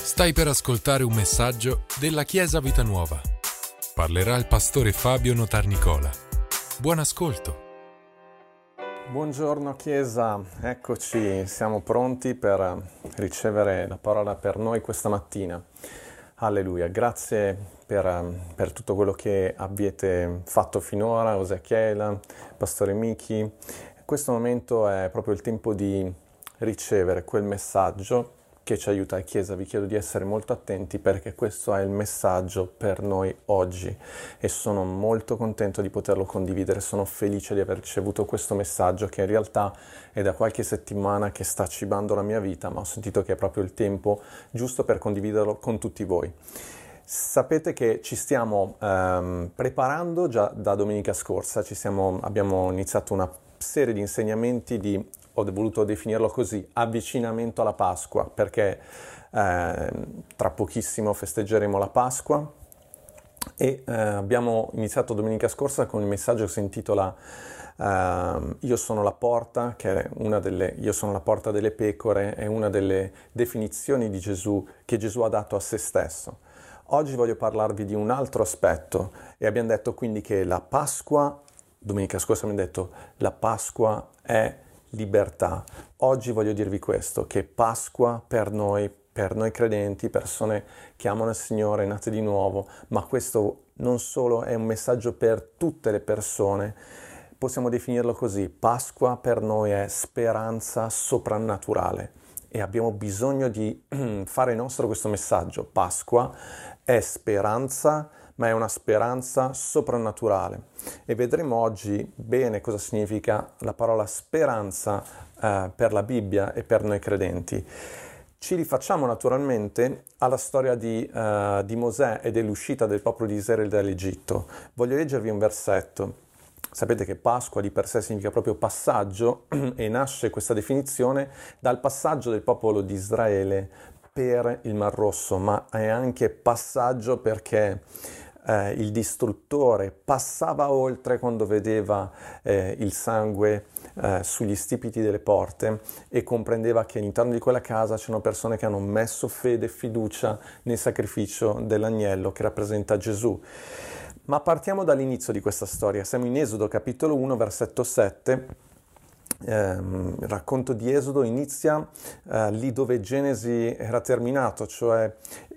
Stai per ascoltare un messaggio della Chiesa Vita Nuova. Parlerà il pastore Fabio Notarnicola. Buon ascolto. Buongiorno Chiesa, eccoci, siamo pronti per ricevere la parola per noi questa mattina. Alleluia, grazie per tutto quello che avete fatto finora, Osechiela, Pastore Michi. Questo momento è proprio il tempo di ricevere quel messaggio che ci aiuta a Chiesa. Vi chiedo di essere molto attenti perché questo è il messaggio per noi oggi e sono molto contento di poterlo condividere. Sono felice di aver ricevuto questo messaggio che in realtà è da qualche settimana che sta cibando la mia vita, ma ho sentito che è proprio il tempo giusto per condividerlo con tutti voi. Sapete che ci stiamo preparando già da domenica scorsa, abbiamo iniziato una serie di insegnamenti ho voluto definirlo così, avvicinamento alla Pasqua, perché tra pochissimo festeggeremo la Pasqua e abbiamo iniziato domenica scorsa con il messaggio che si intitola Io sono la porta, che è io sono la porta delle pecore, è una delle definizioni di Gesù che Gesù ha dato a se stesso. Oggi voglio parlarvi di un altro aspetto e abbiamo detto quindi che la Pasqua, domenica scorsa abbiamo detto la Pasqua è libertà. Oggi voglio dirvi questo, che Pasqua per noi credenti, persone che amano il Signore, nate di nuovo, ma questo non solo è un messaggio per tutte le persone, possiamo definirlo così, Pasqua per noi è speranza soprannaturale e abbiamo bisogno di fare nostro questo messaggio. Pasqua è speranza, ma è una speranza soprannaturale. E vedremo oggi bene cosa significa la parola speranza per la Bibbia e per noi credenti. Ci rifacciamo naturalmente alla storia di Mosè e dell'uscita del popolo di Israele dall'Egitto. Voglio leggervi un versetto. Sapete che Pasqua di per sé significa proprio passaggio e nasce questa definizione dal passaggio del popolo di Israele per il Mar Rosso, ma è anche passaggio perché il distruttore passava oltre quando vedeva il sangue sugli stipiti delle porte e comprendeva che all'interno di quella casa c'erano persone che hanno messo fede e fiducia nel sacrificio dell'agnello che rappresenta Gesù. Ma partiamo dall'inizio di questa storia. Siamo in Esodo capitolo 1, versetto 7. Il racconto di Esodo inizia lì dove Genesi era terminato, cioè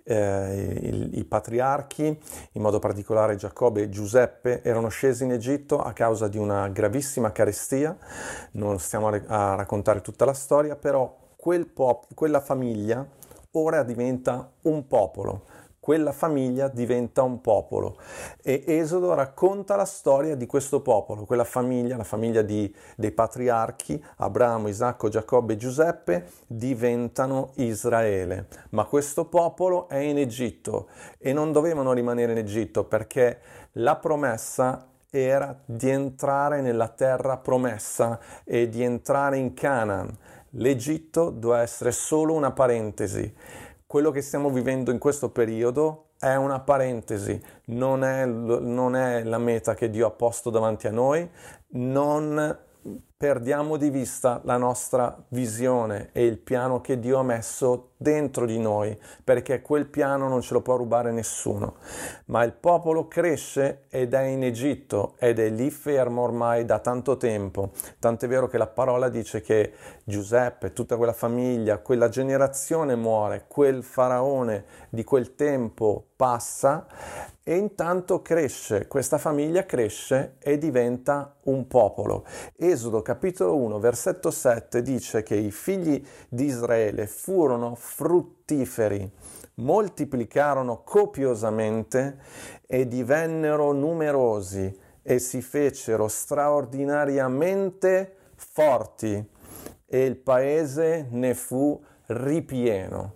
i patriarchi, in modo particolare Giacobbe e Giuseppe, erano scesi in Egitto a causa di una gravissima carestia. Non stiamo a raccontare tutta la storia, però quella famiglia ora diventa un popolo. Quella famiglia diventa un popolo e Esodo racconta la storia di questo popolo, quella famiglia, la famiglia dei patriarchi, Abramo, Isacco, Giacobbe e Giuseppe, diventano Israele. Ma questo popolo è in Egitto e non dovevano rimanere in Egitto perché la promessa era di entrare nella terra promessa e di entrare in Canaan. L'Egitto doveva essere solo una parentesi. Quello che stiamo vivendo in questo periodo è una parentesi, non è la meta che Dio ha posto davanti a noi, non perdiamo di vista la nostra visione e il piano che Dio ha messo dentro di noi, perché quel piano non ce lo può rubare nessuno. Ma il popolo cresce ed è in Egitto ed è lì fermo ormai da tanto tempo. Tant'è vero che la parola dice che Giuseppe, tutta quella famiglia, quella generazione muore, quel faraone di quel tempo passa e intanto questa famiglia cresce e diventa un popolo. Esodo capitolo 1 versetto 7 dice che i figli di Israele furono fruttiferi, moltiplicarono copiosamente e divennero numerosi e si fecero straordinariamente forti e il paese ne fu ripieno.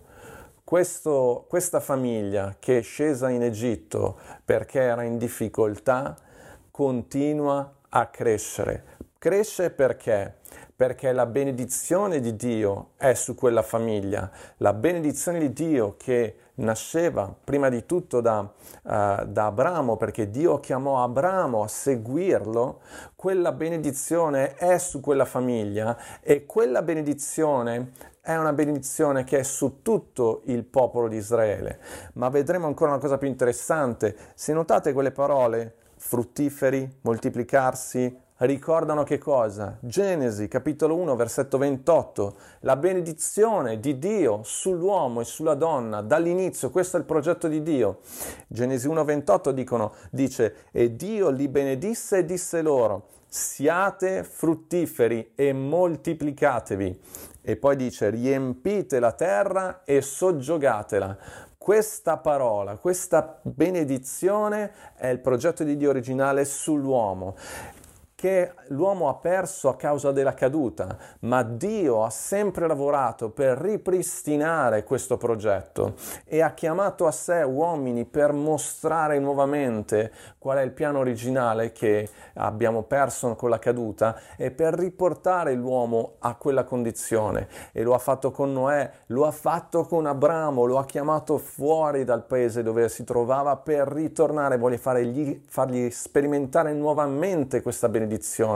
Questa famiglia che è scesa in Egitto perché era in difficoltà continua a crescere. Cresce perché? perché la benedizione di Dio è su quella famiglia, la benedizione di Dio che nasceva prima di tutto da Abramo, perché Dio chiamò Abramo a seguirlo, quella benedizione è su quella famiglia e quella benedizione è una benedizione che è su tutto il popolo di Israele. Ma vedremo ancora una cosa più interessante. Se notate quelle parole, fruttiferi, moltiplicarsi, ricordano che cosa? Genesi, capitolo 1, versetto 28, la benedizione di Dio sull'uomo e sulla donna dall'inizio, questo è il progetto di Dio. Genesi 1, 28 dice, e Dio li benedisse e disse loro, siate fruttiferi e moltiplicatevi. E poi dice, riempite la terra e soggiogatela. Questa parola, questa benedizione è il progetto di Dio originale sull'uomo, che l'uomo ha perso a causa della caduta, ma Dio ha sempre lavorato per ripristinare questo progetto e ha chiamato a sé uomini per mostrare nuovamente qual è il piano originale che abbiamo perso con la caduta e per riportare l'uomo a quella condizione. E lo ha fatto con Noè, lo ha fatto con Abramo, lo ha chiamato fuori dal paese dove si trovava per ritornare, vuole fargli sperimentare nuovamente questa benedizione.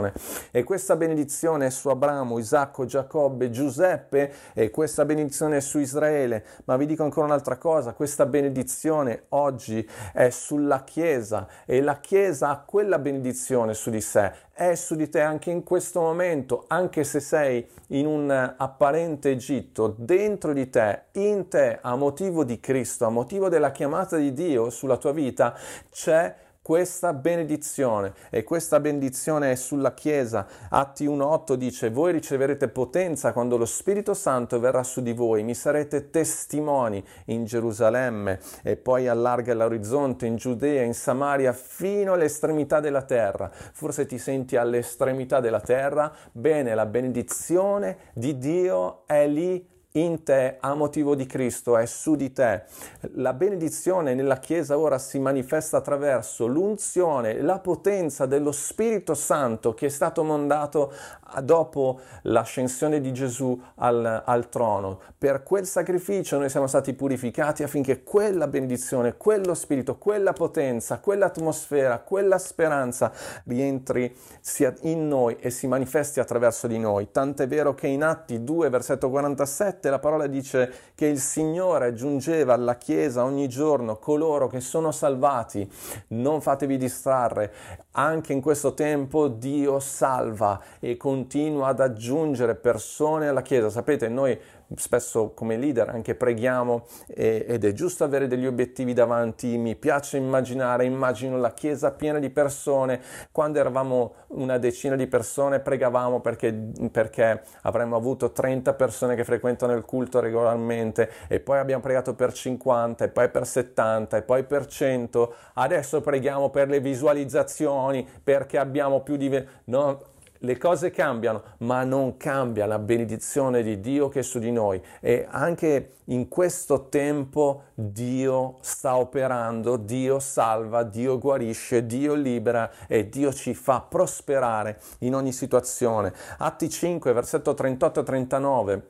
E questa benedizione è su Abramo, Isacco, Giacobbe, Giuseppe, e questa benedizione è su Israele. Ma vi dico ancora un'altra cosa, questa benedizione oggi è sulla Chiesa e la Chiesa ha quella benedizione su di sé, è su di te anche in questo momento, anche se sei in un apparente Egitto, dentro di te, in te, a motivo di Cristo, a motivo della chiamata di Dio sulla tua vita, c'è questa benedizione, e questa benedizione è sulla Chiesa. Atti 1:8 dice, voi riceverete potenza quando lo Spirito Santo verrà su di voi, mi sarete testimoni in Gerusalemme, e poi allarga l'orizzonte in Giudea, in Samaria, fino all'estremità della terra. Forse ti senti all'estremità della terra? Bene, la benedizione di Dio è lì in te, a motivo di Cristo, è su di te. La benedizione nella Chiesa ora si manifesta attraverso l'unzione, la potenza dello Spirito Santo che è stato mandato dopo l'ascensione di Gesù al trono. Per quel sacrificio noi siamo stati purificati affinché quella benedizione, quello Spirito, quella potenza, quell'atmosfera, quella speranza rientri sia in noi e si manifesti attraverso di noi. Tant'è vero che in Atti 2, versetto 47, la parola dice che il Signore aggiungeva alla Chiesa ogni giorno coloro che sono salvati. Non fatevi distrarre, anche in questo tempo Dio salva e continua ad aggiungere persone alla Chiesa. Sapete, noi spesso come leader anche preghiamo ed è giusto avere degli obiettivi davanti. Mi piace immagino la Chiesa piena di persone. Quando eravamo una decina di persone pregavamo perché avremmo avuto 30 persone che frequentano il culto regolarmente, e poi abbiamo pregato per 50 e poi per 70 e poi per 100. Adesso preghiamo per le visualizzazioni perché abbiamo più di... No, le cose cambiano, ma non cambia la benedizione di Dio che è su di noi. E anche in questo tempo Dio sta operando, Dio salva, Dio guarisce, Dio libera e Dio ci fa prosperare in ogni situazione. Atti 5, versetto 38 e 39.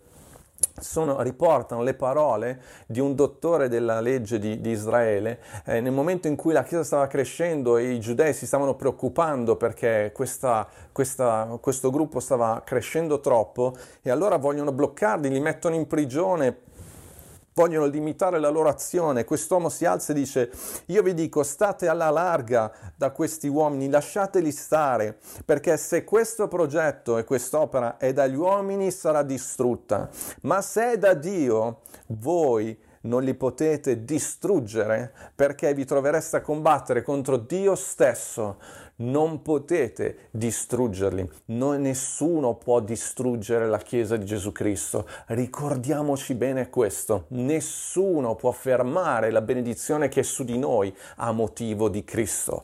Riportano le parole di un dottore della legge di Israele nel momento in cui la Chiesa stava crescendo e i giudei si stavano preoccupando perché questo gruppo stava crescendo troppo, e allora vogliono bloccarli, li mettono in prigione, vogliono limitare la loro azione. Quest'uomo si alza e dice: io vi dico, state alla larga da questi uomini, lasciateli stare, perché se questo progetto e quest'opera è dagli uomini sarà distrutta, ma se è da Dio, voi non li potete distruggere, perché vi trovereste a combattere contro Dio stesso. Non potete distruggerli. Nessuno può distruggere la Chiesa di Gesù Cristo. Ricordiamoci bene questo. Nessuno può fermare la benedizione che è su di noi a motivo di Cristo.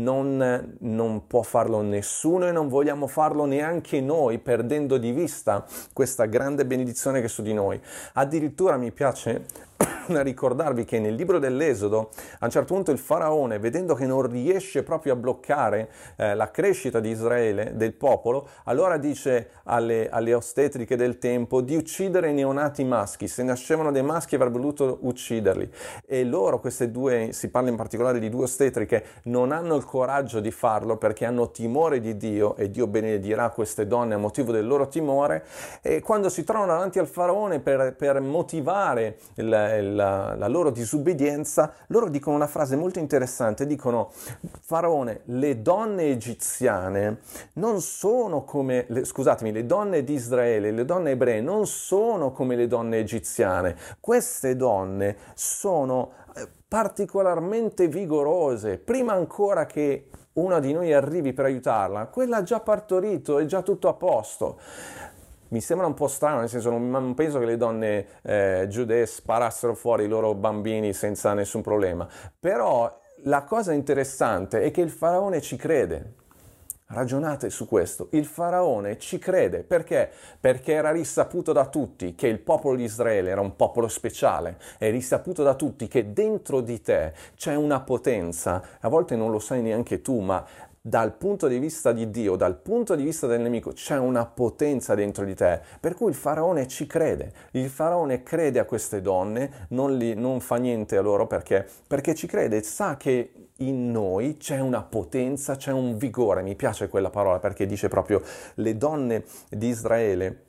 Non può farlo nessuno, e non vogliamo farlo neanche noi, perdendo di vista questa grande benedizione che è su di noi. Addirittura mi piace a ricordarvi che nel libro dell'Esodo, a un certo punto il faraone, vedendo che non riesce proprio a bloccare la crescita di Israele, del popolo, allora dice alle ostetriche del tempo di uccidere i neonati maschi. Se nascevano dei maschi avrebbe voluto ucciderli. E loro, queste due, si parla in particolare di due ostetriche, non hanno il coraggio di farlo perché hanno timore di Dio, e Dio benedirà queste donne a motivo del loro timore. E quando si trovano davanti al faraone per motivare la loro disobbedienza, loro dicono una frase molto interessante, dicono: faraone, le donne egiziane non sono come, le donne di Israele, le donne ebree non sono come le donne egiziane, queste donne sono particolarmente vigorose, prima ancora che una di noi arrivi per aiutarla, quella ha già partorito, è già tutto a posto. Mi sembra un po' strano, nel senso non penso che le donne giudee sparassero fuori i loro bambini senza nessun problema, però la cosa interessante è che il faraone ci crede. Ragionate su questo, il faraone ci crede, perché? Perché era risaputo da tutti che il popolo di Israele era un popolo speciale, è risaputo da tutti che dentro di te c'è una potenza, a volte non lo sai neanche tu, ma dal punto di vista di Dio, dal punto di vista del nemico, c'è una potenza dentro di te, per cui il faraone ci crede, il faraone crede a queste donne, non fa niente a loro perché ci crede, sa che in noi c'è una potenza, c'è un vigore. Mi piace quella parola perché dice proprio: le donne di Israele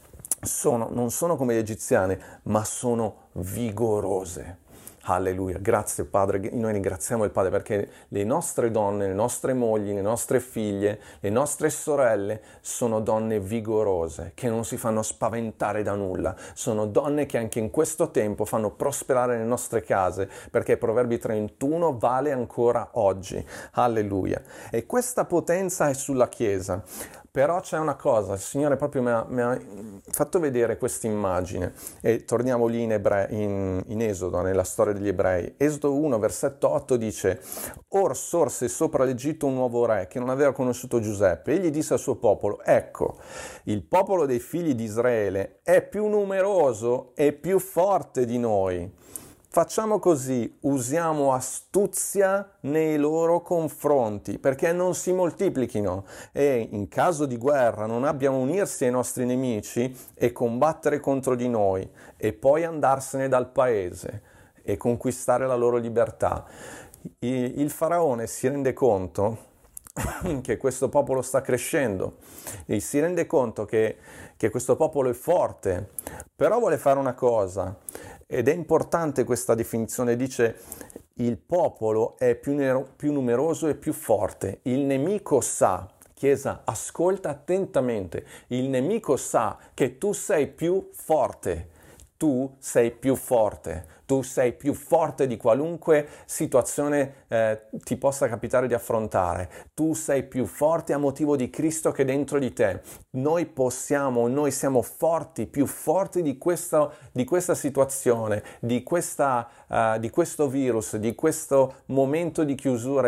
non sono come le egiziane, ma sono vigorose. Alleluia, grazie Padre, noi ringraziamo il Padre perché le nostre donne, le nostre mogli, le nostre figlie, le nostre sorelle sono donne vigorose, che non si fanno spaventare da nulla, sono donne che anche in questo tempo fanno prosperare le nostre case, perché Proverbi 31 vale ancora oggi. Alleluia. E questa potenza è sulla Chiesa. Però c'è una cosa, il Signore proprio mi ha fatto vedere questa immagine, e torniamo lì in Esodo, nella storia degli ebrei. Esodo 1, versetto 8 dice: Or sorse sopra l'Egitto un nuovo re che non aveva conosciuto Giuseppe. Egli disse al suo popolo: ecco, il popolo dei figli di Israele è più numeroso e più forte di noi. Facciamo così, usiamo astuzia nei loro confronti perché non si moltiplichino e in caso di guerra non abbiano unirsi ai nostri nemici e combattere contro di noi e poi andarsene dal paese e conquistare la loro libertà. Il faraone si rende conto che questo popolo sta crescendo e si rende conto che questo popolo è forte, però vuole fare una cosa. Ed è importante questa definizione, dice: il popolo è più numeroso e più forte. Il nemico sa, Chiesa, ascolta attentamente, il nemico sa che tu sei più forte. Tu sei più forte, tu sei più forte di qualunque situazione ti possa capitare di affrontare. Tu sei più forte a motivo di Cristo che è dentro di te. Noi siamo forti, più forti di questa situazione, di questo virus, di questo momento di chiusura,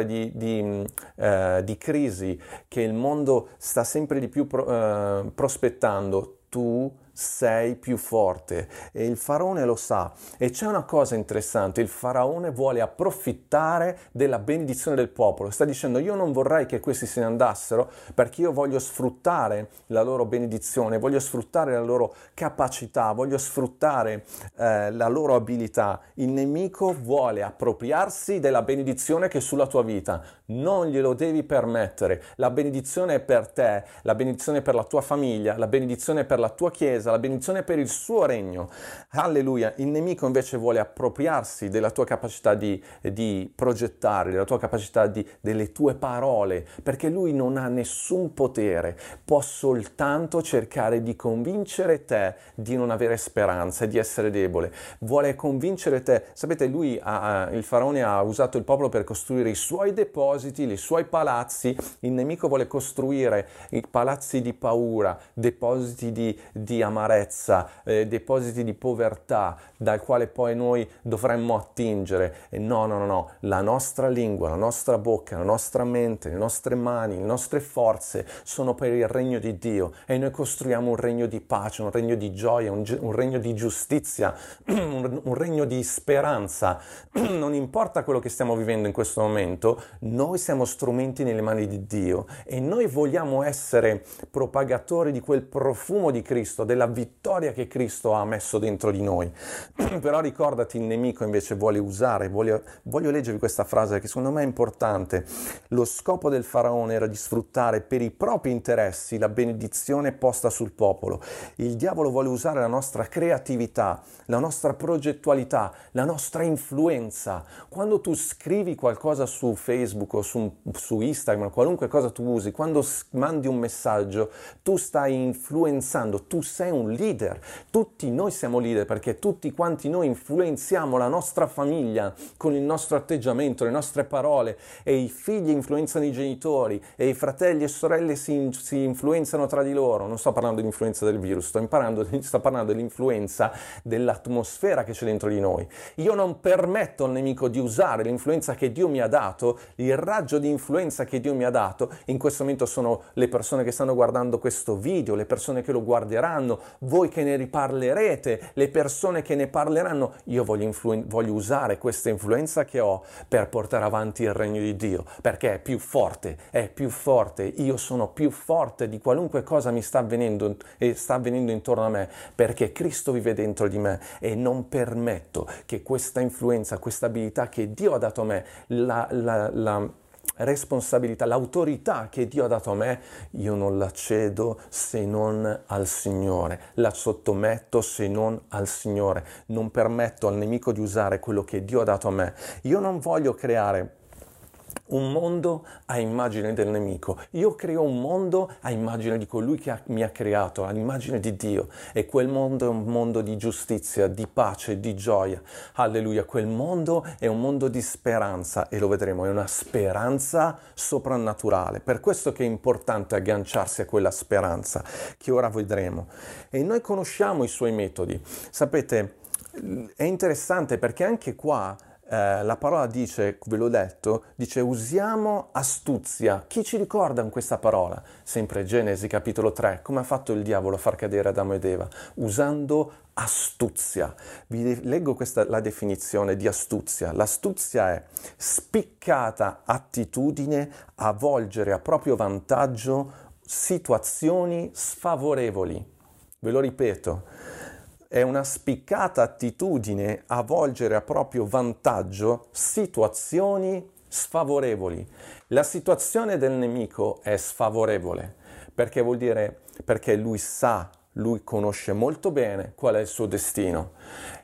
di crisi che il mondo sta sempre di più prospettando. Tu sei più forte e il faraone lo sa. E c'è una cosa interessante: il faraone vuole approfittare della benedizione del popolo. Sta dicendo: io non vorrei che questi se ne andassero perché io voglio sfruttare la loro benedizione, voglio sfruttare la loro capacità, voglio sfruttare la loro abilità. Il nemico vuole appropriarsi della benedizione che è sulla tua vita. Non glielo devi permettere. La benedizione è per te, la benedizione è per la tua famiglia, la benedizione è per la tua chiesa, la benedizione per il suo regno. Alleluia. Il nemico invece vuole appropriarsi della tua capacità di progettare, della tua capacità delle tue parole, perché lui non ha nessun potere, può soltanto cercare di convincere te di non avere speranza e di essere debole. Vuole convincere te. Sapete, il faraone ha usato il popolo per costruire i suoi depositi, i suoi palazzi. Il nemico vuole costruire i palazzi di paura, depositi di amarezza, depositi di povertà dal quale poi noi dovremmo attingere. E no, la nostra lingua, la nostra bocca, la nostra mente, le nostre mani, le nostre forze sono per il regno di Dio e noi costruiamo un regno di pace, un regno di gioia, un regno di giustizia, un regno di speranza. Non importa quello che stiamo vivendo in questo momento, noi siamo strumenti nelle mani di Dio e noi vogliamo essere propagatori di quel profumo di Cristo, della vittoria che Cristo ha messo dentro di noi. Però ricordati, il nemico invece vuole usare, voglio leggervi questa frase che secondo me è importante. Lo scopo del faraone era di sfruttare per i propri interessi la benedizione posta sul popolo. Il diavolo vuole usare la nostra creatività, la nostra progettualità, la nostra influenza. Quando tu scrivi qualcosa su Facebook o su Instagram, qualunque cosa tu usi, quando mandi un messaggio, tu stai influenzando, tu sei un leader. Tutti noi siamo leader perché tutti quanti noi influenziamo la nostra famiglia con il nostro atteggiamento, le nostre parole, e i figli influenzano i genitori e i fratelli e sorelle si influenzano tra di loro. Non sto parlando dell'influenza del virus, sto parlando dell'influenza dell'atmosfera che c'è dentro di noi. Io non permetto al nemico di usare l'influenza che Dio mi ha dato, il raggio di influenza che Dio mi ha dato. In questo momento sono le persone che stanno guardando questo video, le persone che lo guarderanno, voi che ne riparlerete, le persone che ne parleranno. Io voglio usare questa influenza che ho per portare avanti il regno di Dio, perché è più forte, io sono più forte di qualunque cosa mi sta avvenendo e sta avvenendo intorno a me, perché Cristo vive dentro di me e non permetto che questa influenza, questa abilità che Dio ha dato a me, la responsabilità, l'autorità che Dio ha dato a me, io non la cedo se non al Signore, la sottometto se non al Signore. Non permetto al nemico di usare quello che Dio ha dato a me. Io non voglio creare un mondo a immagine del nemico. Io creo un mondo a immagine di colui che mi ha creato, all'immagine di Dio, e quel mondo è un mondo di giustizia, di pace, di gioia. Alleluia, quel mondo è un mondo di speranza e lo vedremo, è una speranza soprannaturale. Per questo che è importante agganciarsi a quella speranza che ora vedremo. E noi conosciamo i suoi metodi. Sapete, è interessante perché anche qua la parola dice, ve l'ho detto, dice usiamo astuzia. Chi ci ricorda in questa parola? Sempre Genesi capitolo 3, come ha fatto il diavolo a far cadere Adamo ed Eva? Usando astuzia. Vi leggo la definizione di astuzia. L'astuzia è spiccata attitudine a volgere a proprio vantaggio situazioni sfavorevoli. Ve lo ripeto. È una spiccata attitudine a volgere a proprio vantaggio situazioni sfavorevoli. La situazione del nemico è sfavorevole, perché vuol dire perché lui conosce molto bene qual è il suo destino.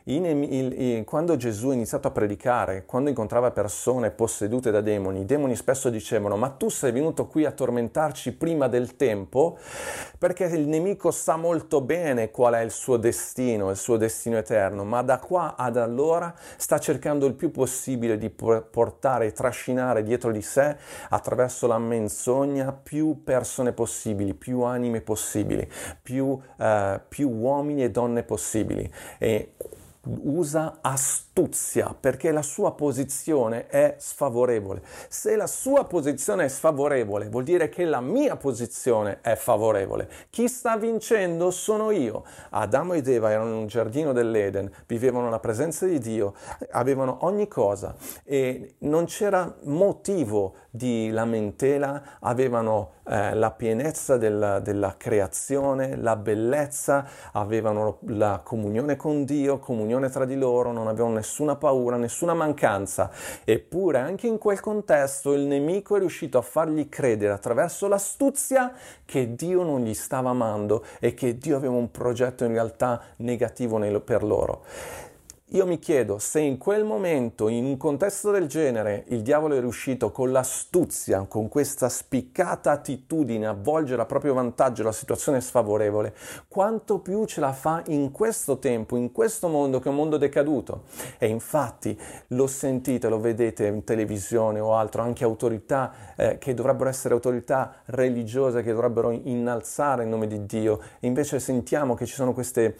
Quando Gesù ha iniziato a predicare, quando incontrava persone possedute da demoni, i demoni spesso dicevano: ma tu sei venuto qui a tormentarci prima del tempo? Perché il nemico sa molto bene qual è il suo destino eterno, ma da qua ad allora sta cercando il più possibile di portare e trascinare dietro di sé, attraverso la menzogna, più persone possibili, più anime possibili, più uomini e donne possibili. E usa astuzia perché la sua posizione è sfavorevole. Se la sua posizione è sfavorevole, vuol dire che la mia posizione è favorevole. Chi sta vincendo sono io. Adamo ed Eva erano in un giardino dell'Eden, vivevano la presenza di Dio, avevano ogni cosa e non c'era motivo di lamentela, avevano la pienezza della creazione, la bellezza, avevano la comunione con Dio, comunione tra di loro, non avevano nessuna paura, nessuna mancanza. Eppure anche in quel contesto il nemico è riuscito a fargli credere attraverso l'astuzia che Dio non gli stava amando e che Dio aveva un progetto in realtà negativo per loro. io mi chiedo se in quel momento, in un contesto del genere, il diavolo è riuscito con l'astuzia, con questa spiccata attitudine a volgere a proprio vantaggio la situazione sfavorevole, quanto più ce la fa in questo tempo, in questo mondo che è un mondo decaduto. E infatti lo sentite, lo vedete in televisione o altro, anche autorità che dovrebbero essere autorità religiose, che dovrebbero innalzare il nome di Dio, e invece sentiamo che ci sono queste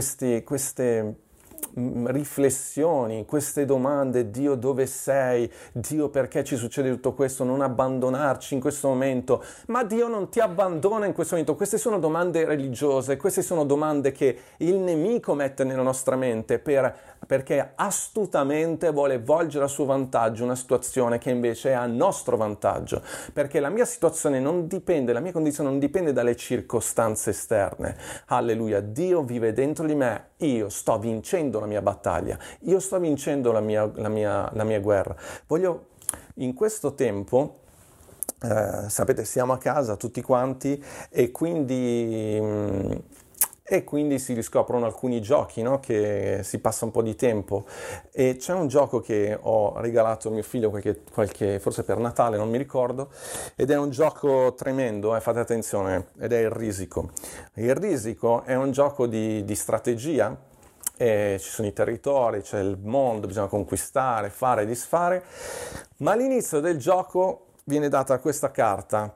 riflessioni, queste domande: Dio, dove sei? Dio, perché ci succede tutto questo? Non abbandonarci in questo momento. Ma Dio non ti abbandona in questo momento. Queste sono domande religiose, queste sono domande che il nemico mette nella nostra mente perché astutamente vuole volgere a suo vantaggio una situazione che invece è a nostro vantaggio, perché la mia situazione non dipende, la mia condizione non dipende dalle circostanze esterne. Alleluia, Dio vive dentro di me, io sto vincendo la mia battaglia, io sto vincendo la mia guerra. Voglio in questo tempo, sapete, siamo a casa tutti quanti e quindi si riscoprono alcuni giochi, no? Che si passa un po' di tempo, e c'è un gioco che ho regalato a mio figlio forse per Natale, non mi ricordo, ed è un gioco tremendo, fate attenzione, ed è il Risico. Il Risico è un gioco di strategia, ci sono i territori, c'è il mondo, bisogna conquistare, fare, disfare, ma all'inizio del gioco viene data questa carta,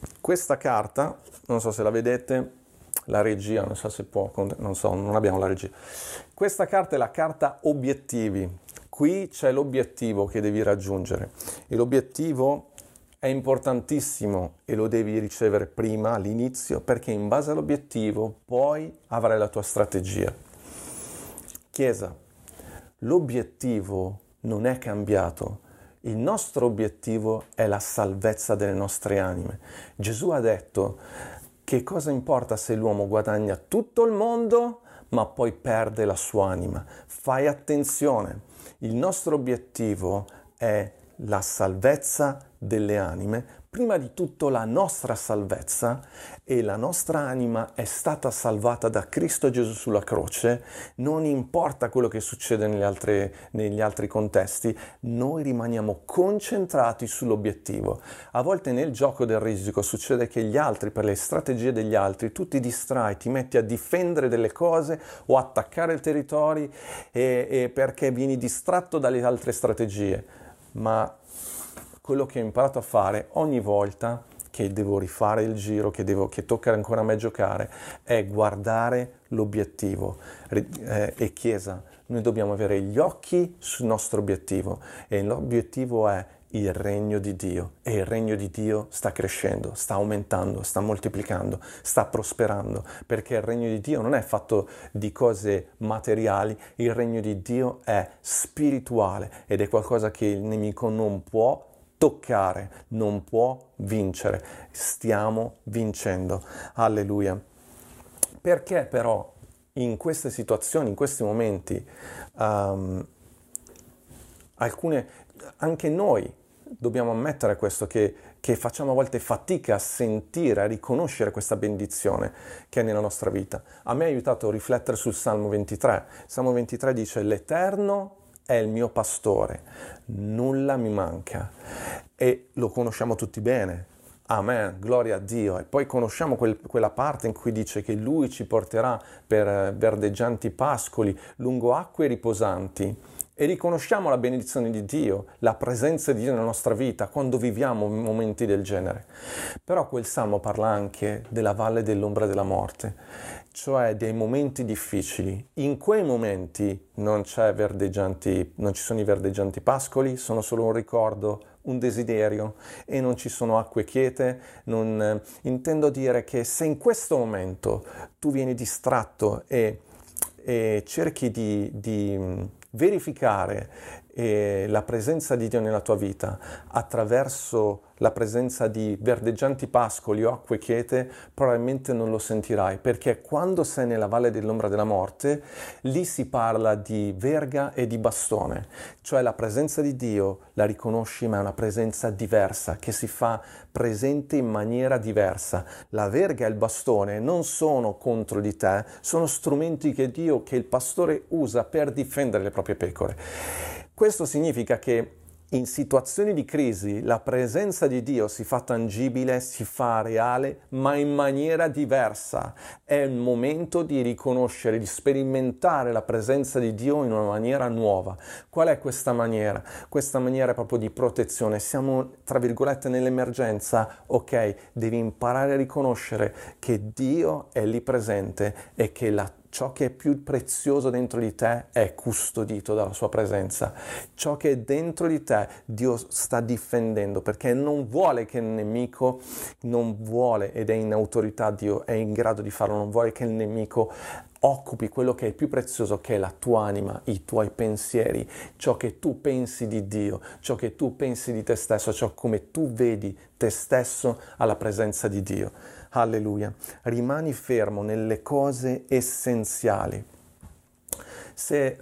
non so se la vedete, la regia, non so se può, non abbiamo la regia. Questa carta è la carta obiettivi. Qui c'è l'obiettivo che devi raggiungere e l'obiettivo è importantissimo e lo devi ricevere prima, all'inizio, perché in base all'obiettivo poi avrai la tua strategia. Chiesa, l'obiettivo non è cambiato. Il nostro obiettivo è la salvezza delle nostre anime. Gesù ha detto: che cosa importa se l'uomo guadagna tutto il mondo ma poi perde la sua anima? Fai attenzione, il nostro obiettivo è la salvezza delle anime, prima di tutto la nostra salvezza, e la nostra anima è stata salvata da Cristo Gesù sulla croce. Non importa quello che succede negli altri contesti, noi rimaniamo concentrati sull'obiettivo. A volte nel gioco del Risico succede che gli altri, per le strategie degli altri, tu ti distrai, ti metti a difendere delle cose o attaccare il territorio e perché vieni distratto dalle altre strategie. Ma quello che ho imparato a fare ogni volta che devo rifare il giro, che tocca ancora a me giocare, è guardare l'obiettivo. E Chiesa, noi dobbiamo avere gli occhi sul nostro obiettivo, e l'obiettivo è il regno di Dio, e il regno di Dio sta crescendo, sta aumentando, sta moltiplicando, sta prosperando, perché il regno di Dio non è fatto di cose materiali, il regno di Dio è spirituale ed è qualcosa che il nemico non può toccare, non può vincere. Stiamo vincendo. Alleluia. Perché però in queste situazioni, in questi momenti, anche noi dobbiamo ammettere questo, che facciamo a volte fatica a sentire, a riconoscere questa benedizione che è nella nostra vita. A me ha aiutato a riflettere sul Salmo 23. Il Salmo 23 dice: l'Eterno è il mio pastore, nulla mi manca. E lo conosciamo tutti bene. Amen, gloria a Dio. E poi conosciamo quella parte in cui dice che Lui ci porterà per verdeggianti pascoli, lungo acque riposanti. E riconosciamo la benedizione di Dio, la presenza di Dio nella nostra vita quando viviamo momenti del genere. Però quel Salmo parla anche della valle dell'ombra della morte, cioè dei momenti difficili. In quei momenti non ci sono i verdeggianti pascoli, sono solo un ricordo, un desiderio, e non ci sono acque quiete. Intendo dire che se in questo momento tu vieni distratto e cerchi di verificare la presenza di Dio nella tua vita attraverso la presenza di verdeggianti pascoli o acque quiete, probabilmente non lo sentirai, perché quando sei nella valle dell'ombra della morte, lì si parla di verga e di bastone, cioè la presenza di Dio la riconosci, ma è una presenza diversa, che si fa presente in maniera diversa. La verga e il bastone non sono contro di te, sono strumenti che il pastore usa per difendere le proprie proprie pecore. Questo significa che in situazioni di crisi la presenza di Dio si fa tangibile, si fa reale, ma in maniera diversa. È il momento di riconoscere, di sperimentare la presenza di Dio in una maniera nuova. Qual è questa maniera? Questa maniera è proprio di protezione. Siamo, tra virgolette, nell'emergenza. Ok, devi imparare a riconoscere che Dio è lì presente e che ciò che è più prezioso dentro di te è custodito dalla sua presenza. Ciò che è dentro di te Dio sta difendendo, perché non vuole che il nemico, non vuole, ed è in autorità, Dio è in grado di farlo, non vuole che il nemico occupi quello che è più prezioso, che è la tua anima, i tuoi pensieri, ciò che tu pensi di Dio, ciò che tu pensi di te stesso, ciò come tu vedi te stesso alla presenza di Dio. Alleluia. Rimani fermo nelle cose essenziali. Se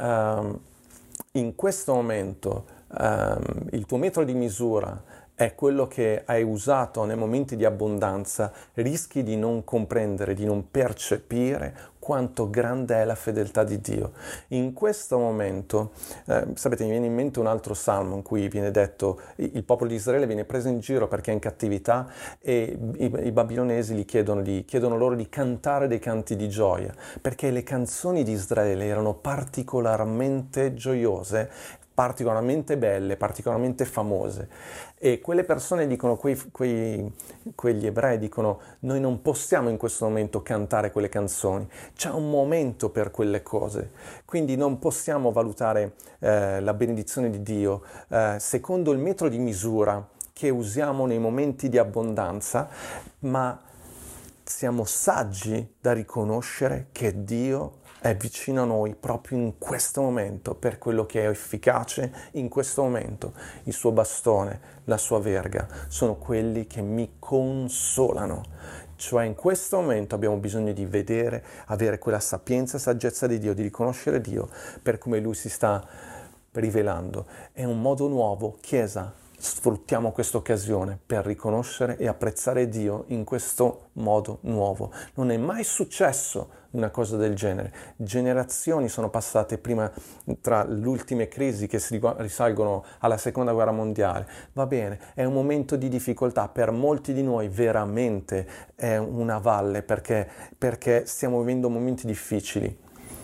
in questo momento il tuo metro di misura è quello che hai usato nei momenti di abbondanza, rischi di non comprendere, di non percepire quanto grande è la fedeltà di Dio. In questo momento, sapete, mi viene in mente un altro salmo in cui viene detto il popolo di Israele viene preso in giro perché è in cattività e i babilonesi gli chiedono loro di cantare dei canti di gioia, perché le canzoni di Israele erano particolarmente gioiose, particolarmente belle, particolarmente famose, e quelle persone dicono, quegli ebrei dicono: noi non possiamo in questo momento cantare quelle canzoni, c'è un momento per quelle cose, quindi non possiamo valutare la benedizione di Dio secondo il metro di misura che usiamo nei momenti di abbondanza, ma siamo saggi da riconoscere che Dio è vicino a noi proprio in questo momento, per quello che è efficace in questo momento. Il suo bastone, la sua verga, sono quelli che mi consolano. Cioè in questo momento abbiamo bisogno di vedere, avere quella sapienza e saggezza di Dio, di riconoscere Dio per come Lui si sta rivelando. È un modo nuovo, Chiesa. Sfruttiamo questa occasione per riconoscere e apprezzare Dio in questo modo nuovo. Non è mai successo una cosa del genere. Generazioni sono passate prima, tra le ultime crisi che si risalgono alla Seconda Guerra Mondiale. Va bene, è un momento di difficoltà, per molti di noi veramente è una valle perché stiamo vivendo momenti difficili.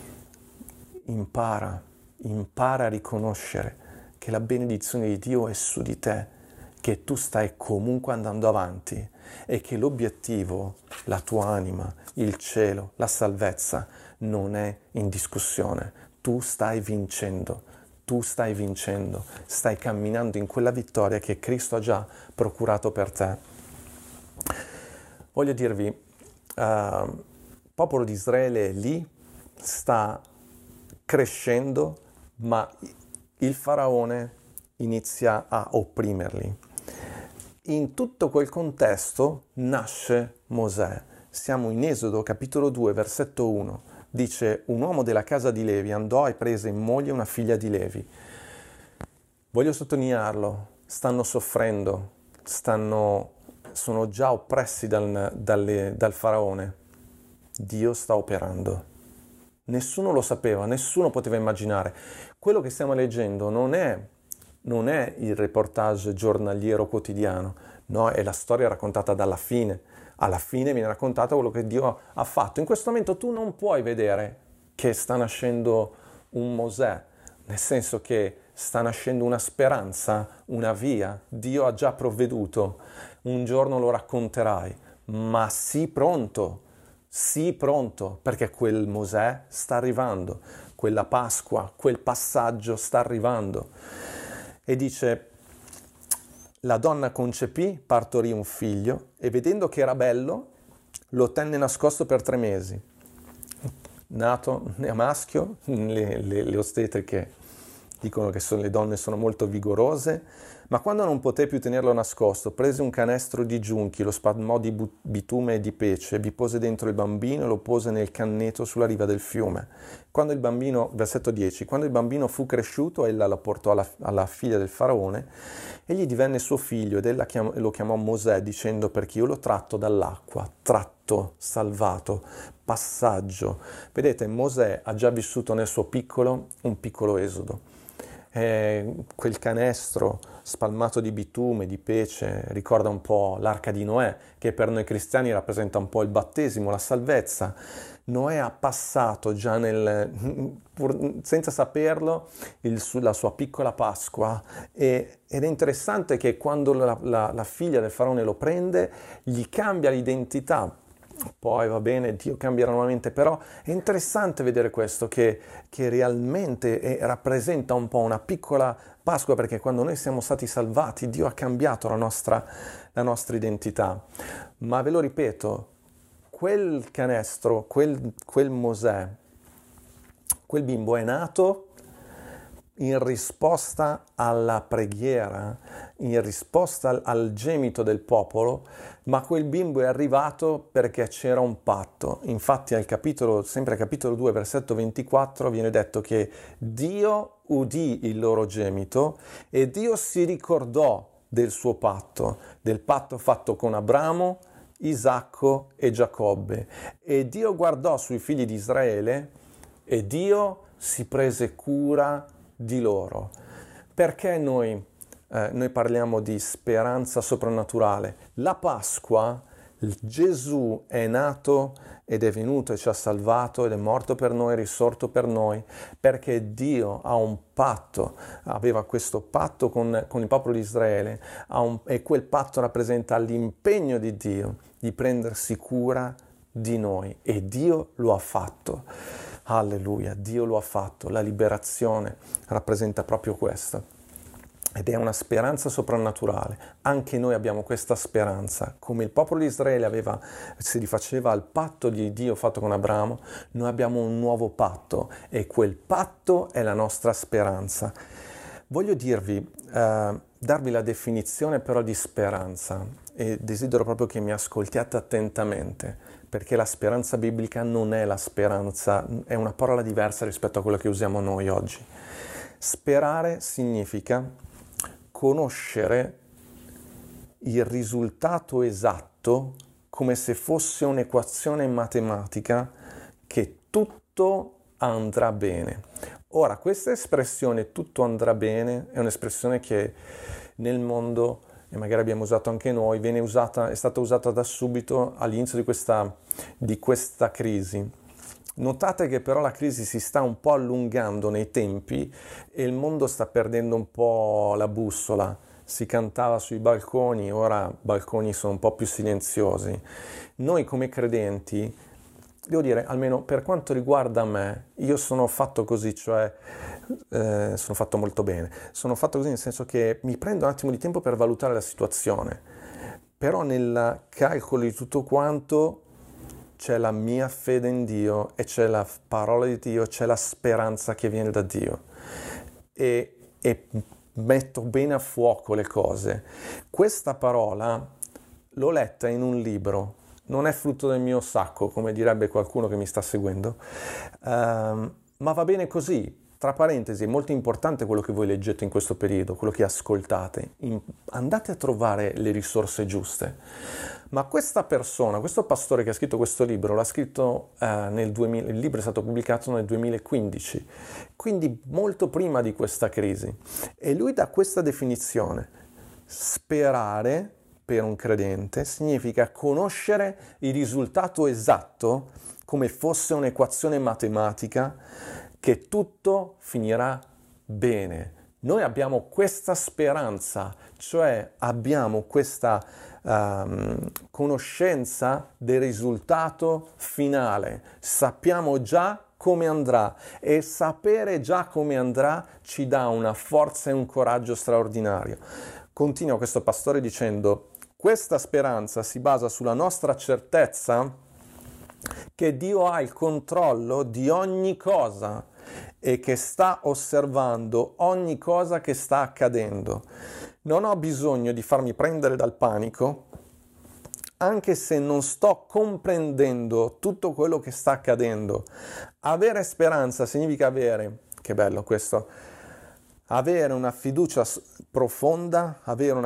Impara a riconoscere che la benedizione di Dio è su di te, che tu stai comunque andando avanti e che l'obiettivo, la tua anima, il cielo, la salvezza non è in discussione. Tu stai vincendo, stai camminando in quella vittoria che Cristo ha già procurato per te. Voglio dirvi, il popolo di Israele è lì, sta crescendo, ma il faraone inizia a opprimerli. In tutto quel contesto nasce Mosè. Siamo in Esodo capitolo 2 versetto 1. Dice: un uomo della casa di Levi andò e prese in moglie una figlia di Levi. Voglio sottolinearlo, stanno soffrendo, sono già oppressi dal faraone. Dio sta operando. Nessuno lo sapeva, nessuno poteva immaginare. Quello che stiamo leggendo non è il reportage giornaliero quotidiano, no, è la storia raccontata dalla fine. Alla fine viene raccontato quello che Dio ha fatto. In questo momento tu non puoi vedere che sta nascendo un Mosè, nel senso che sta nascendo una speranza, una via. Dio ha già provveduto, un giorno lo racconterai, ma sii pronto, perché quel Mosè sta arrivando, quella Pasqua, quel passaggio sta arrivando. E dice: la donna concepì, partorì un figlio e vedendo che era bello, lo tenne nascosto per 3 mesi. Nato a maschio, le ostetriche dicono che le donne sono molto vigorose, Ma quando non poté più tenerlo nascosto, prese un canestro di giunchi, lo spalmò di bitume e di pece, vi pose dentro il bambino e lo pose nel canneto sulla riva del fiume. Quando il bambino, versetto 10, quando il bambino fu cresciuto, ella lo portò alla figlia del faraone, egli divenne suo figlio ed ella lo chiamò Mosè, dicendo: perché io lo tratto dall'acqua, tratto, salvato, passaggio. Vedete, Mosè ha già vissuto nel suo piccolo un piccolo esodo. Quel canestro spalmato di bitume, di pece, ricorda un po' l'arca di Noè, che per noi cristiani rappresenta un po' il battesimo, la salvezza. Noè ha passato già senza saperlo la sua piccola Pasqua ed è interessante che quando la figlia del faraone lo prende, gli cambia l'identità. Poi va bene, Dio cambierà nuovamente, però è interessante vedere questo che realmente rappresenta un po' una piccola Pasqua, perché quando noi siamo stati salvati Dio ha cambiato la nostra identità. Ma ve lo ripeto, quel canestro, quel Mosè, quel bimbo è nato in risposta alla preghiera, in risposta al gemito del popolo, ma quel bimbo è arrivato perché c'era un patto. Infatti sempre al capitolo 2, versetto 24, viene detto che Dio udì il loro gemito e Dio si ricordò del suo patto, del patto fatto con Abramo, Isacco e Giacobbe. E Dio guardò sui figli di Israele e Dio si prese cura di loro. Perché noi parliamo di speranza soprannaturale? La Pasqua, Gesù è nato ed è venuto e ci ha salvato ed è morto per noi, è risorto per noi, perché Dio ha un patto, aveva questo patto con il popolo di Israele e quel patto rappresenta l'impegno di Dio di prendersi cura di noi e Dio lo ha fatto. Alleluia, Dio lo ha fatto, la liberazione rappresenta proprio questo ed è una speranza soprannaturale. Anche noi abbiamo questa speranza, come il popolo di Israele si rifaceva al patto di Dio fatto con Abramo, noi abbiamo un nuovo patto e quel patto è la nostra speranza. Voglio darvi la definizione però di speranza e desidero proprio che mi ascoltiate attentamente, perché la speranza biblica non è la speranza, è una parola diversa rispetto a quella che usiamo noi oggi. Sperare significa conoscere il risultato esatto come se fosse un'equazione matematica che tutto andrà bene. Ora, questa espressione tutto andrà bene è un'espressione che nel mondo, e magari abbiamo usato anche noi, è stata usata da subito all'inizio di questa crisi. Notate che però la crisi si sta un po' allungando nei tempi e il mondo sta perdendo un po' la bussola. Si cantava sui balconi, ora i balconi sono un po' più silenziosi. Noi come credenti, devo dire, almeno per quanto riguarda me, io sono fatto così, cioè sono fatto molto bene. Sono fatto così nel senso che mi prendo un attimo di tempo per valutare la situazione, però nel calcolo di tutto quanto c'è la mia fede in Dio e c'è la parola di Dio, c'è la speranza che viene da Dio e metto bene a fuoco le cose. Questa parola l'ho letta in un libro, non è frutto del mio sacco, come direbbe qualcuno che mi sta seguendo, ma va bene così. Tra parentesi, è molto importante quello che voi leggete in questo periodo, quello che ascoltate. Andate a trovare le risorse giuste. Ma questa persona, questo pastore che ha scritto questo libro, l'ha scritto nel 2000, il libro è stato pubblicato nel 2015, quindi molto prima di questa crisi. E lui dà questa definizione: sperare per un credente significa conoscere il risultato esatto come fosse un'equazione matematica, che tutto finirà bene. Noi abbiamo questa speranza, cioè abbiamo questa conoscenza del risultato finale. Sappiamo già come andrà e sapere già come andrà ci dà una forza e un coraggio straordinario. Continua questo pastore dicendo: questa speranza si basa sulla nostra certezza che Dio ha il controllo di ogni cosa e che sta osservando ogni cosa che sta accadendo. Non ho bisogno di farmi prendere dal panico, anche se non sto comprendendo tutto quello che sta accadendo. Avere speranza significa avere, che bello questo, avere una fiducia profonda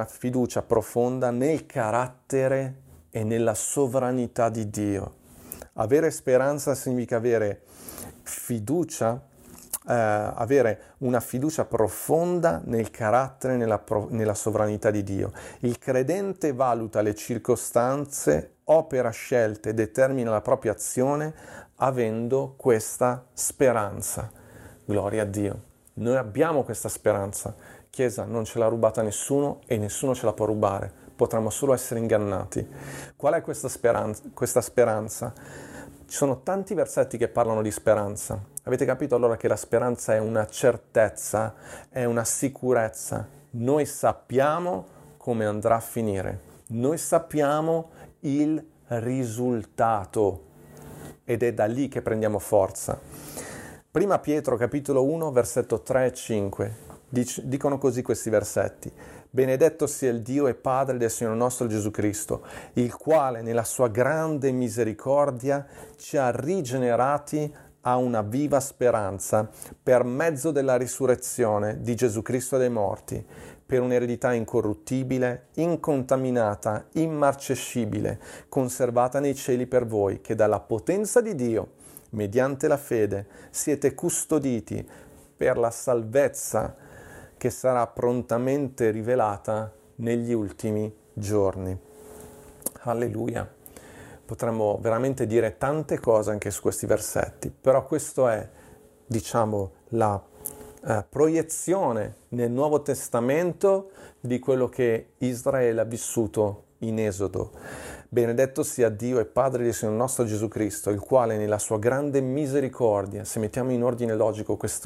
nel carattere e nella sovranità di Dio. Avere speranza significa avere fiducia, avere una fiducia profonda nel carattere e nella sovranità di Dio. Il credente valuta le circostanze, opera scelte, determina la propria azione avendo questa speranza. Gloria a Dio. Noi abbiamo questa speranza. Chiesa, non ce l'ha rubata nessuno e nessuno ce la può rubare. Potremmo solo essere ingannati. Qual è questa speranza? Ci sono tanti versetti che parlano di speranza. Avete capito allora che la speranza è una certezza, è una sicurezza. Noi sappiamo come andrà a finire. Noi sappiamo il risultato ed è da lì che prendiamo forza. Prima Pietro, capitolo 1, versetto 3 e 5, dicono così questi versetti. Benedetto sia il Dio e Padre del Signore nostro Gesù Cristo, il quale nella sua grande misericordia ci ha rigenerati a una viva speranza per mezzo della risurrezione di Gesù Cristo dai morti, per un'eredità incorruttibile, incontaminata, immarcescibile, conservata nei cieli per voi, che dalla potenza di Dio, mediante la fede, siete custoditi per la salvezza che sarà prontamente rivelata negli ultimi giorni. Alleluia. Potremmo veramente dire tante cose anche su questi versetti, però questo è, diciamo, la proiezione nel Nuovo Testamento di quello che Israele ha vissuto in Esodo. Benedetto sia Dio e Padre del Signore nostro Gesù Cristo, il quale nella sua grande misericordia, se mettiamo in ordine logico questi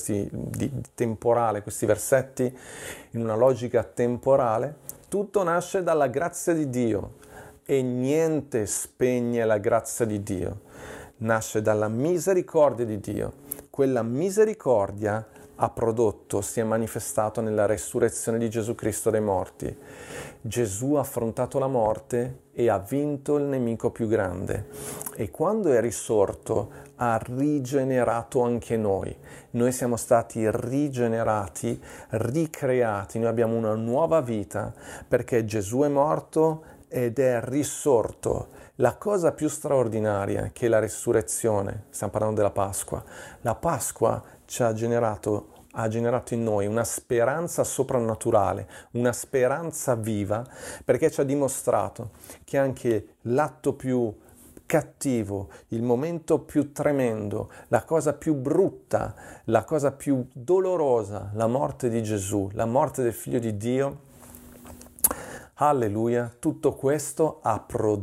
versetti, in una logica temporale, tutto nasce dalla grazia di Dio e niente spegne la grazia di Dio. Nasce dalla misericordia di Dio. Quella misericordia ha prodotto, si è manifestato nella resurrezione di Gesù Cristo dai morti. Gesù ha affrontato la morte e ha vinto il nemico più grande. E quando è risorto ha rigenerato anche noi. Noi siamo stati rigenerati, ricreati, noi abbiamo una nuova vita perché Gesù è morto ed è risorto. La cosa più straordinaria che la resurrezione, stiamo parlando della Pasqua, la Pasqua ci ha generato in noi una speranza soprannaturale, una speranza viva, perché ci ha dimostrato che anche l'atto più cattivo, il momento più tremendo, la cosa più brutta, la cosa più dolorosa, la morte di Gesù, la morte del Figlio di Dio, alleluia, tutto questo ha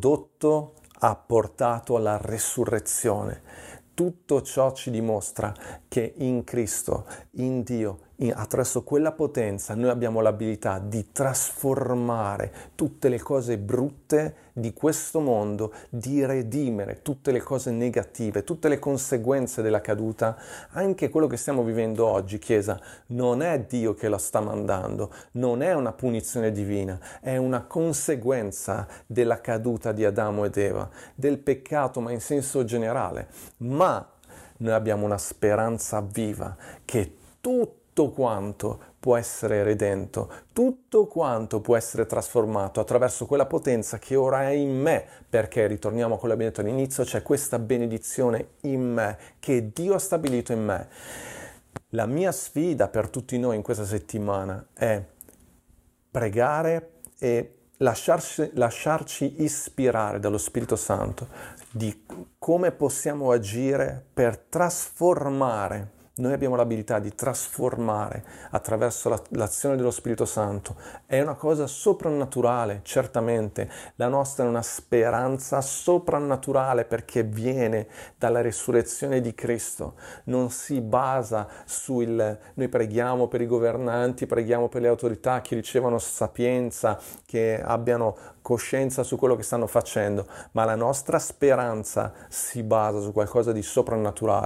portato alla resurrezione. Tutto ciò ci dimostra che in Cristo, in Dio, attraverso quella potenza, noi abbiamo l'abilità di trasformare tutte le cose brutte di questo mondo, di redimere tutte le cose negative, tutte le conseguenze della caduta, anche quello che stiamo vivendo oggi, Chiesa. Non è Dio che lo sta mandando, non è una punizione divina, è una conseguenza della caduta di Adamo ed Eva, del peccato, ma in senso generale. Ma noi abbiamo una speranza viva che tutto quanto può essere redento, tutto quanto può essere trasformato attraverso quella potenza che ora è in me, perché ritorniamo a quello che abbiamo detto all'inizio, c'è questa benedizione in me che Dio ha stabilito in me. La mia sfida per tutti noi in questa settimana è pregare e lasciarci ispirare dallo Spirito Santo di come possiamo agire per trasformare. Noi abbiamo l'abilità di trasformare attraverso l'azione dello Spirito Santo. È una cosa soprannaturale, certamente. La nostra è una speranza soprannaturale perché viene dalla resurrezione di Cristo. Non si basa noi preghiamo per i governanti, preghiamo per le autorità che ricevono sapienza, che abbiano coscienza su quello che stanno facendo, ma la nostra speranza si basa su qualcosa di soprannaturale.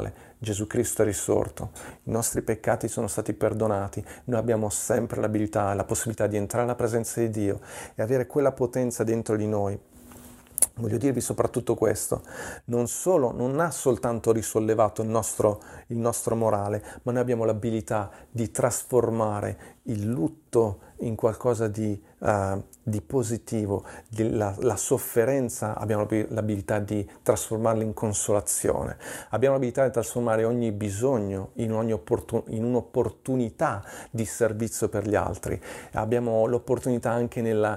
Gesù Cristo è risorto, i nostri peccati sono stati perdonati, noi abbiamo sempre l'abilità, la possibilità di entrare alla presenza di Dio e avere quella potenza dentro di noi. Voglio dirvi soprattutto questo, non ha soltanto risollevato il nostro morale, ma noi abbiamo l'abilità di trasformare il lutto in qualcosa di positivo, la sofferenza abbiamo l'abilità di trasformarla in consolazione, abbiamo l'abilità di trasformare ogni bisogno in un'opportunità di servizio per gli altri, abbiamo l'opportunità anche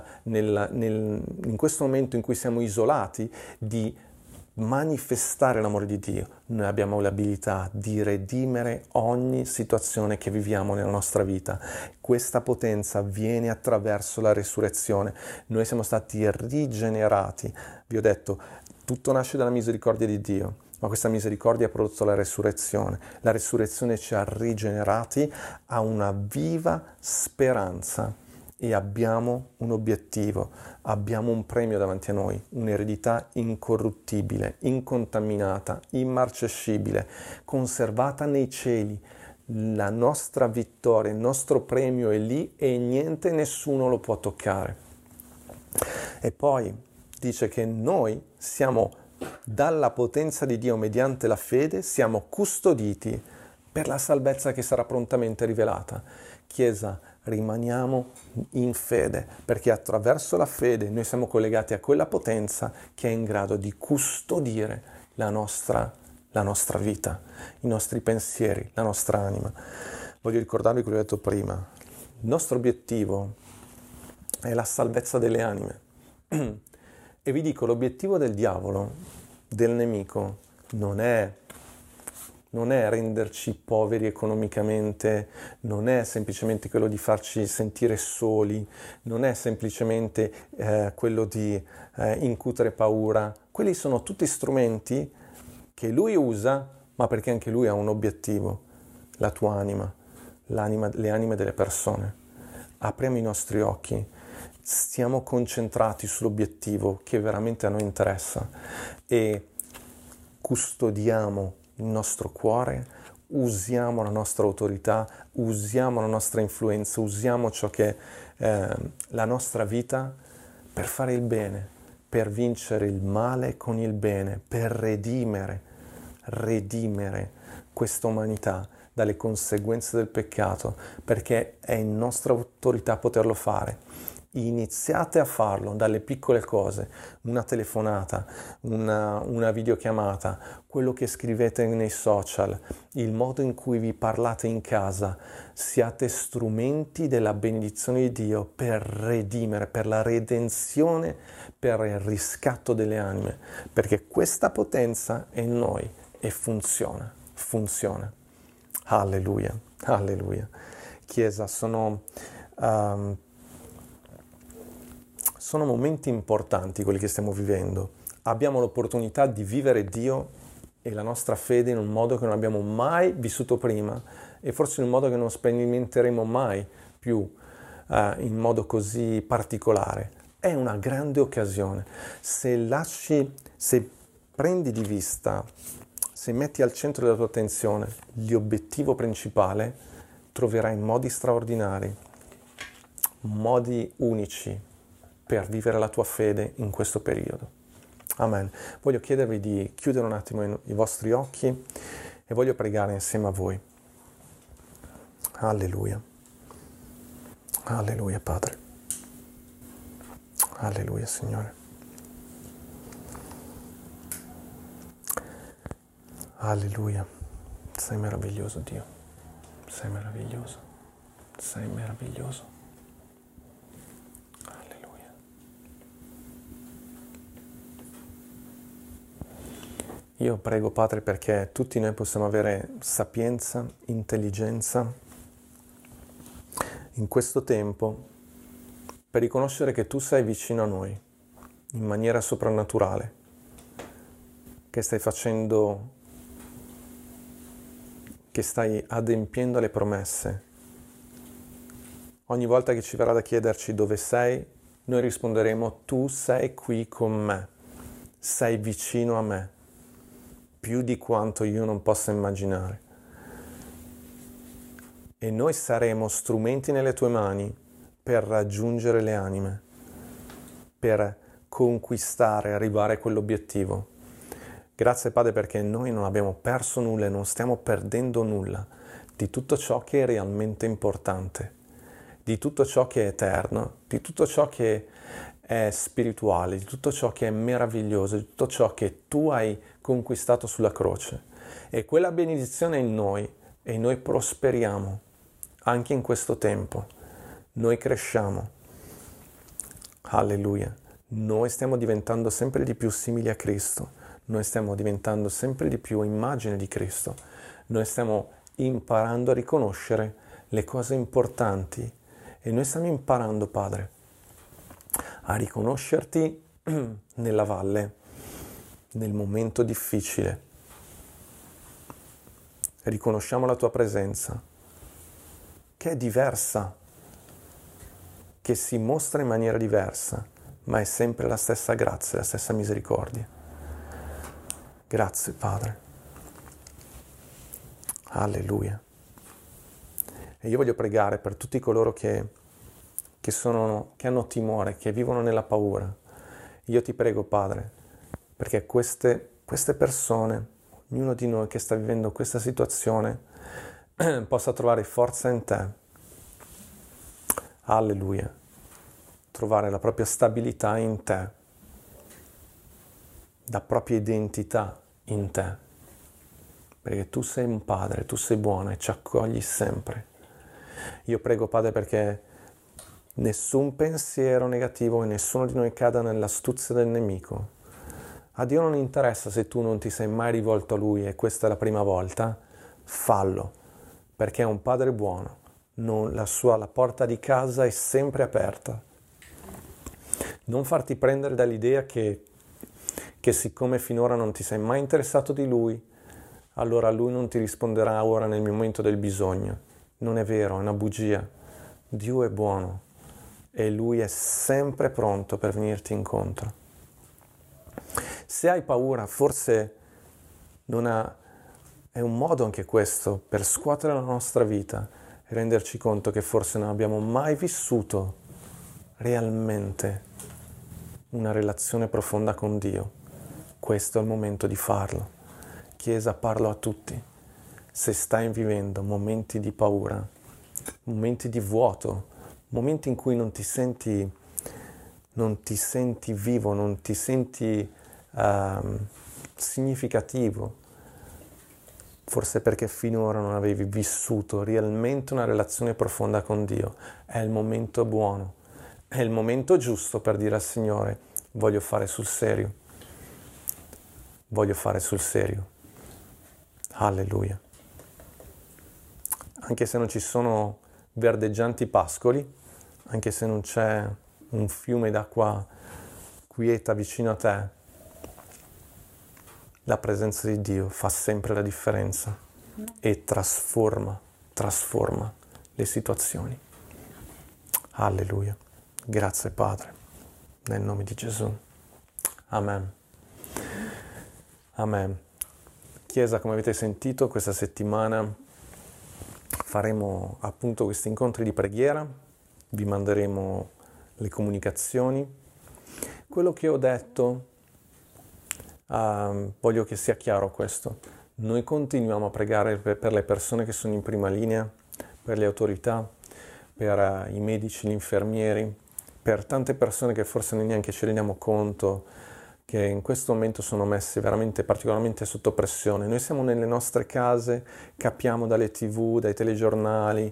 in questo momento in cui siamo isolati di manifestare l'amore di Dio. Noi abbiamo l'abilità di redimere ogni situazione che viviamo nella nostra vita. Questa potenza viene attraverso la resurrezione. Noi siamo stati rigenerati. Vi ho detto, tutto nasce dalla misericordia di Dio, ma questa misericordia ha prodotto la resurrezione. La resurrezione ci ha rigenerati a una viva speranza. E abbiamo un obiettivo, abbiamo un premio davanti a noi, un'eredità incorruttibile, incontaminata, immarcescibile, conservata nei cieli. La nostra vittoria, il nostro premio è lì e niente, nessuno lo può toccare. E poi dice che noi siamo, dalla potenza di Dio mediante la fede, siamo custoditi per la salvezza che sarà prontamente rivelata. Chiesa, rimaniamo in fede, perché attraverso la fede noi siamo collegati a quella potenza che è in grado di custodire la nostra vita, i nostri pensieri, la nostra anima. Voglio ricordarvi quello che ho detto prima. Il nostro obiettivo è la salvezza delle anime. E vi dico, l'obiettivo del diavolo, del nemico, non è renderci poveri economicamente, non è semplicemente quello di farci sentire soli, non è semplicemente quello di incutere paura. Quelli sono tutti strumenti che lui usa, ma perché anche lui ha un obiettivo, la tua anima, le anime delle persone. Apriamo i nostri occhi, stiamo concentrati sull'obiettivo che veramente a noi interessa e custodiamo il nostro cuore, usiamo la nostra autorità, usiamo la nostra influenza, usiamo ciò che è la nostra vita per fare il bene, per vincere il male con il bene, per redimere questa umanità dalle conseguenze del peccato, perché è in nostra autorità poterlo fare. Iniziate a farlo dalle piccole cose, una telefonata, una videochiamata, quello che scrivete nei social, il modo in cui vi parlate in casa. Siate strumenti della benedizione di Dio per redimere, per la redenzione, per il riscatto delle anime, perché questa potenza è in noi e funziona. Alleluia, alleluia. Chiesa, sono momenti importanti quelli che stiamo vivendo. Abbiamo l'opportunità di vivere Dio e la nostra fede in un modo che non abbiamo mai vissuto prima e forse in un modo che non sperimenteremo mai più in modo così particolare. È una grande occasione. Se prendi di vista, se metti al centro della tua attenzione l'obiettivo principale, troverai modi straordinari, modi unici per vivere la tua fede in questo periodo. Amen. Voglio chiedervi di chiudere un attimo i vostri occhi e voglio pregare insieme a voi. Alleluia. Alleluia, Padre. Alleluia, Signore. Alleluia. Sei meraviglioso, Dio. Sei meraviglioso. Sei meraviglioso. Io prego, Padre, perché tutti noi possiamo avere sapienza, intelligenza in questo tempo per riconoscere che Tu sei vicino a noi in maniera soprannaturale, che stai adempiendo alle promesse. Ogni volta che ci verrà da chiederci dove sei, noi risponderemo: Tu sei qui con me, sei vicino a me. più di quanto io non possa immaginare. E noi saremo strumenti nelle tue mani per raggiungere le anime, per conquistare, arrivare a quell'obiettivo. Grazie Padre perché noi non abbiamo perso nulla e non stiamo perdendo nulla di tutto ciò che è realmente importante, di tutto ciò che è eterno, di tutto ciò che è spirituale, di tutto ciò che è meraviglioso, di tutto ciò che tu hai conquistato sulla croce. E quella benedizione è in noi e noi prosperiamo anche in questo tempo. Noi cresciamo. Alleluia. Noi stiamo diventando sempre di più simili a Cristo. Noi stiamo diventando sempre di più immagine di Cristo. Noi stiamo imparando a riconoscere le cose importanti e noi stiamo imparando, Padre, a riconoscerti nella valle, nel momento difficile. Riconosciamo la tua presenza, che è diversa, che si mostra in maniera diversa, ma è sempre la stessa grazia, la stessa misericordia. Grazie, Padre. Alleluia. E io voglio pregare per tutti coloro che hanno timore, che vivono nella paura. Io ti prego, Padre, perché queste persone, ognuno di noi che sta vivendo questa situazione, possa trovare forza in te. Alleluia. Trovare la propria stabilità in te, la propria identità in te. Perché tu sei un Padre, tu sei buono e ci accogli sempre. Io prego, Padre, perché nessun pensiero negativo e nessuno di noi cada nell'astuzia del nemico. A Dio non interessa se tu non ti sei mai rivolto a Lui e questa è la prima volta, fallo, perché è un Padre buono. La porta di casa è sempre aperta. Non farti prendere dall'idea che siccome finora non ti sei mai interessato di Lui, allora Lui non ti risponderà ora nel momento del bisogno. Non è vero, è una bugia. Dio è buono e Lui è sempre pronto per venirti incontro. Se hai paura, forse è un modo anche questo per scuotere la nostra vita e renderci conto che forse non abbiamo mai vissuto realmente una relazione profonda con Dio. Questo è il momento di farlo. Chiesa, parlo a tutti. Se stai vivendo momenti di paura, momenti di vuoto, momenti in cui non ti senti vivo, non ti senti significativo, forse perché finora non avevi vissuto realmente una relazione profonda con Dio, è il momento buono, è il momento giusto per dire al Signore: voglio fare sul serio, voglio fare sul serio. Alleluia. Anche se non ci sono verdeggianti pascoli, anche se non c'è un fiume d'acqua quieta vicino a te, la presenza di Dio fa sempre la differenza e trasforma le situazioni. Alleluia. Grazie Padre, nel nome di Gesù. Amen. Amen. Chiesa, come avete sentito, questa settimana faremo appunto questi incontri di preghiera, vi manderemo le comunicazioni. Quello che ho detto, voglio che sia chiaro questo. Noi continuiamo a pregare per le persone che sono in prima linea, per le autorità, per i medici, gli infermieri, per tante persone che forse noi neanche ci rendiamo conto che in questo momento sono messe veramente particolarmente sotto pressione. Noi siamo nelle nostre case, capiamo dalle TV, dai telegiornali,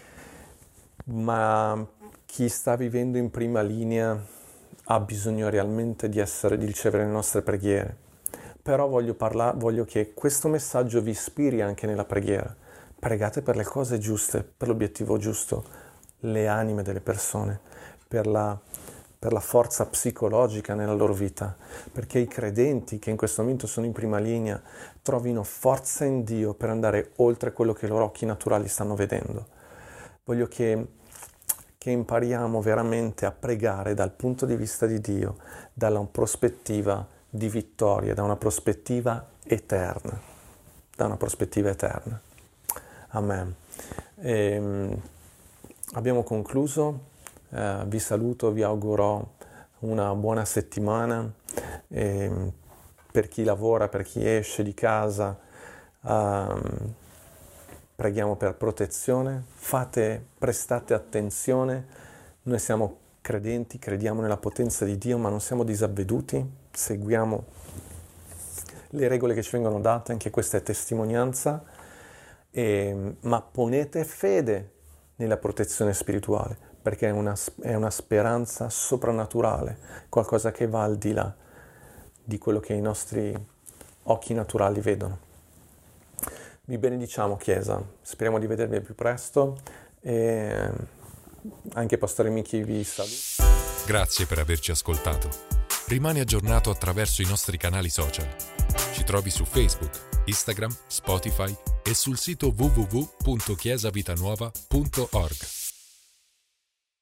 ma chi sta vivendo in prima linea ha bisogno realmente di ricevere le nostre preghiere. Però voglio che questo messaggio vi ispiri anche nella preghiera. Pregate per le cose giuste, per l'obiettivo giusto, le anime delle persone, per la forza psicologica nella loro vita, perché i credenti che in questo momento sono in prima linea trovino forza in Dio per andare oltre quello che i loro occhi naturali stanno vedendo. Voglio che impariamo veramente a pregare dal punto di vista di Dio, dalla prospettiva di vittoria, da una prospettiva eterna, da una prospettiva eterna. Amen. Abbiamo concluso, vi saluto, vi auguro una buona settimana. Per chi lavora, per chi esce di casa, preghiamo per protezione, prestate attenzione. Noi siamo credenti, crediamo nella potenza di Dio, ma non siamo disavveduti, seguiamo le regole che ci vengono date, anche questa è testimonianza, ma ponete fede nella protezione spirituale, perché è una speranza soprannaturale, qualcosa che va al di là di quello che i nostri occhi naturali vedono. Vi benediciamo, Chiesa, speriamo di vedervi al più presto e anche Pastore Michi vi saluta. Grazie per averci ascoltato. Rimani aggiornato attraverso i nostri canali social. Ci trovi su Facebook, Instagram, Spotify e sul sito www.chiesavitanuova.org.